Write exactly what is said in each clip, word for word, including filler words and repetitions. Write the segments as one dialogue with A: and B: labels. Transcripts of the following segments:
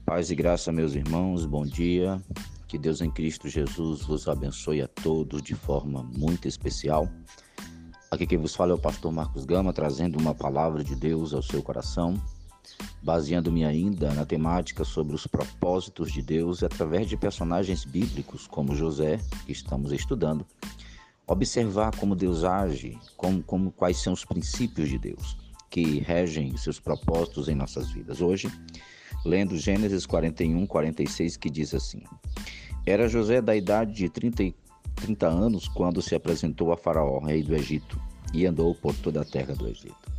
A: Paz e graça, meus irmãos, bom dia. Que Deus em Cristo Jesus vos abençoe a todos de forma muito especial. Aqui quem vos fala é o pastor Marcos Gama, trazendo uma palavra de Deus ao seu coração, baseando-me ainda na temática sobre os propósitos de Deus e através de personagens bíblicos como José, que estamos estudando, observar como Deus age, como, como quais são os princípios de Deus que regem seus propósitos em nossas vidas. Hoje, lendo Gênesis quarenta e um, quarenta e seis, que diz assim: Era José da idade de trinta, trinta anos quando se apresentou a Faraó, rei do Egito, e andou por toda a terra do Egito.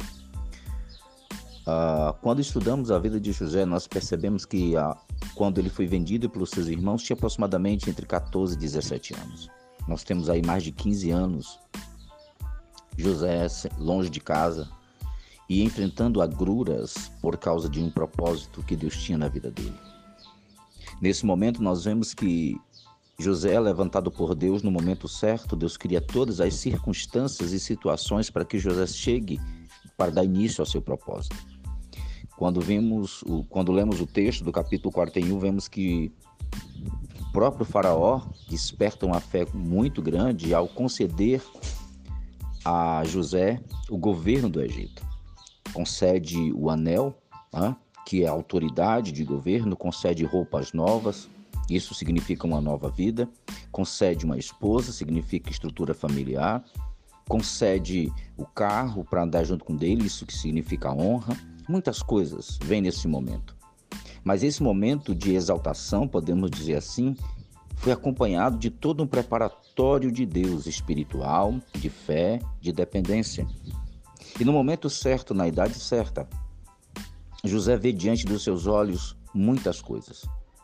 A: Ah, quando estudamos a vida de José, nós percebemos que ah, quando ele foi vendido pelos seus irmãos, tinha aproximadamente entre catorze e dezessete anos. Nós temos aí mais de quinze anos José longe de casa e enfrentando agruras por causa de um propósito que Deus tinha na vida dele. Nesse momento nós vemos que José é levantado por Deus no momento certo. Deus cria todas as circunstâncias e situações para que José chegue para dar início ao seu propósito. Quando, vemos o, quando lemos o texto do capítulo quarenta e um, vemos que o próprio Faraó desperta uma fé muito grande ao conceder a José o governo do Egito. Concede o anel, né, que é a autoridade de governo, concede roupas novas, isso significa uma nova vida, concede uma esposa, significa estrutura familiar, concede o carro para andar junto com ele, isso que significa honra. Muitas coisas vêm nesse momento. Mas esse momento de exaltação, podemos dizer assim, foi acompanhado de todo um preparatório de Deus espiritual, de fé, de dependência. E no momento certo, na idade certa, José vê diante dos seus olhos muitas coisas.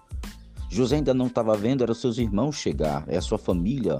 A: José ainda não estava vendo, eram seus irmãos chegar, é a sua família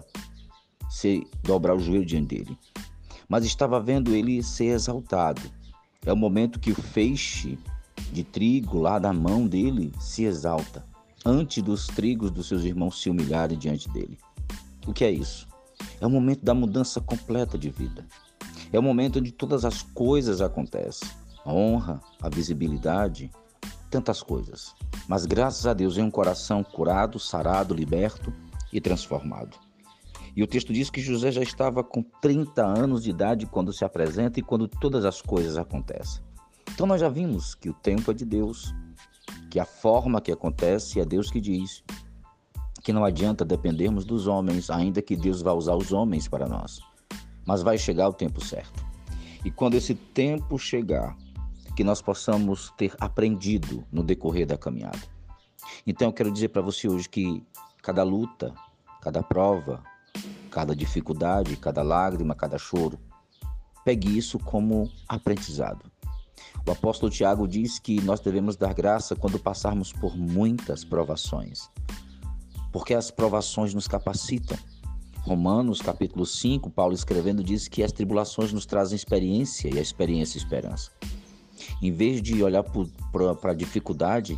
A: se dobrar o joelho diante dele. Mas estava vendo ele ser exaltado. É o momento que o feixe de trigo lá da mão dele se exalta, antes dos trigos dos seus irmãos se humilharem diante dele. O que é isso? É o momento da mudança completa de vida. É o momento onde todas as coisas acontecem. A honra, a visibilidade, tantas coisas. Mas graças a Deus, é um coração curado, sarado, liberto e transformado. E o texto diz que José já estava com trinta anos de idade quando se apresenta e quando todas as coisas acontecem. Então nós já vimos que o tempo é de Deus, que a forma que acontece é Deus que diz, que não adianta dependermos dos homens, ainda que Deus vá usar os homens para nós. Mas vai chegar o tempo certo. E quando esse tempo chegar, que nós possamos ter aprendido no decorrer da caminhada. Então eu quero dizer para você hoje que cada luta, cada prova, cada dificuldade, cada lágrima, cada choro, pegue isso como aprendizado. O apóstolo Tiago diz que nós devemos dar graça quando passarmos por muitas provações, porque as provações nos capacitam. Romanos, capítulo cinco, Paulo escrevendo, diz que as tribulações nos trazem experiência e a experiência esperança. Em vez de olhar para a dificuldade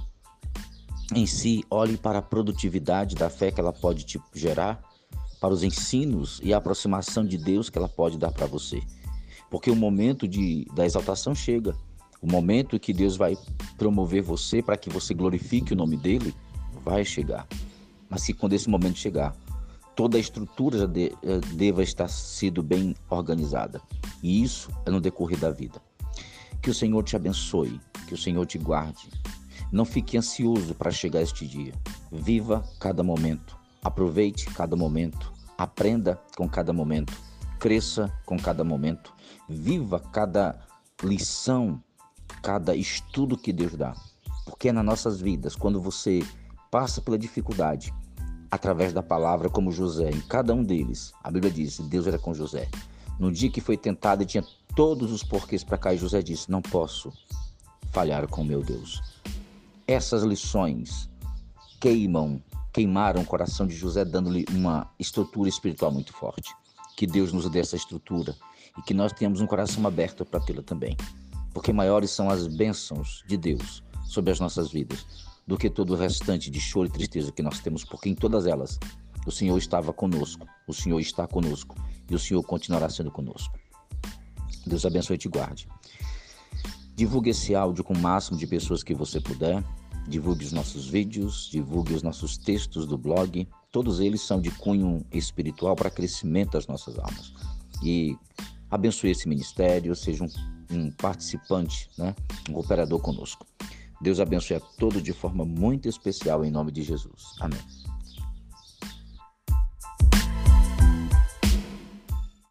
A: em si, olhe para a produtividade da fé que ela pode te gerar, para os ensinos e a aproximação de Deus que ela pode dar para você. Porque o momento de, da exaltação chega, o momento que Deus vai promover você para que você glorifique o nome dele, vai chegar. Mas que quando esse momento chegar, toda a estrutura já de, deva estar sido bem organizada. E isso é no decorrer da vida. Que o Senhor te abençoe, que o Senhor te guarde. Não fique ansioso para chegar este dia. Viva cada momento, aproveite cada momento, aprenda com cada momento, cresça com cada momento, viva cada lição, cada estudo que Deus dá. Porque é nas nossas vidas, quando você passa pela dificuldade, através da palavra, como José, em cada um deles, a Bíblia diz, Deus era com José. No dia que foi tentado e tinha todos os porquês para cair, José disse, não posso falhar com meu Deus. Essas lições queimam, queimaram o coração de José, dando-lhe uma estrutura espiritual muito forte. Que Deus nos dê essa estrutura e que nós tenhamos um coração aberto para tê-la também. Porque maiores são as bênçãos de Deus sobre as nossas vidas do que todo o restante de choro e tristeza que nós temos, porque em todas elas o Senhor estava conosco, o Senhor está conosco e o Senhor continuará sendo conosco. Deus abençoe e te guarde. Divulgue esse áudio com o máximo de pessoas que você puder. Divulgue os nossos vídeos, divulgue os nossos textos do blog. Todos eles são de cunho espiritual para crescimento das nossas almas. E abençoe esse ministério, seja um, um participante, né? Um cooperador conosco. Deus abençoe a todos de forma muito especial em nome de Jesus. Amém.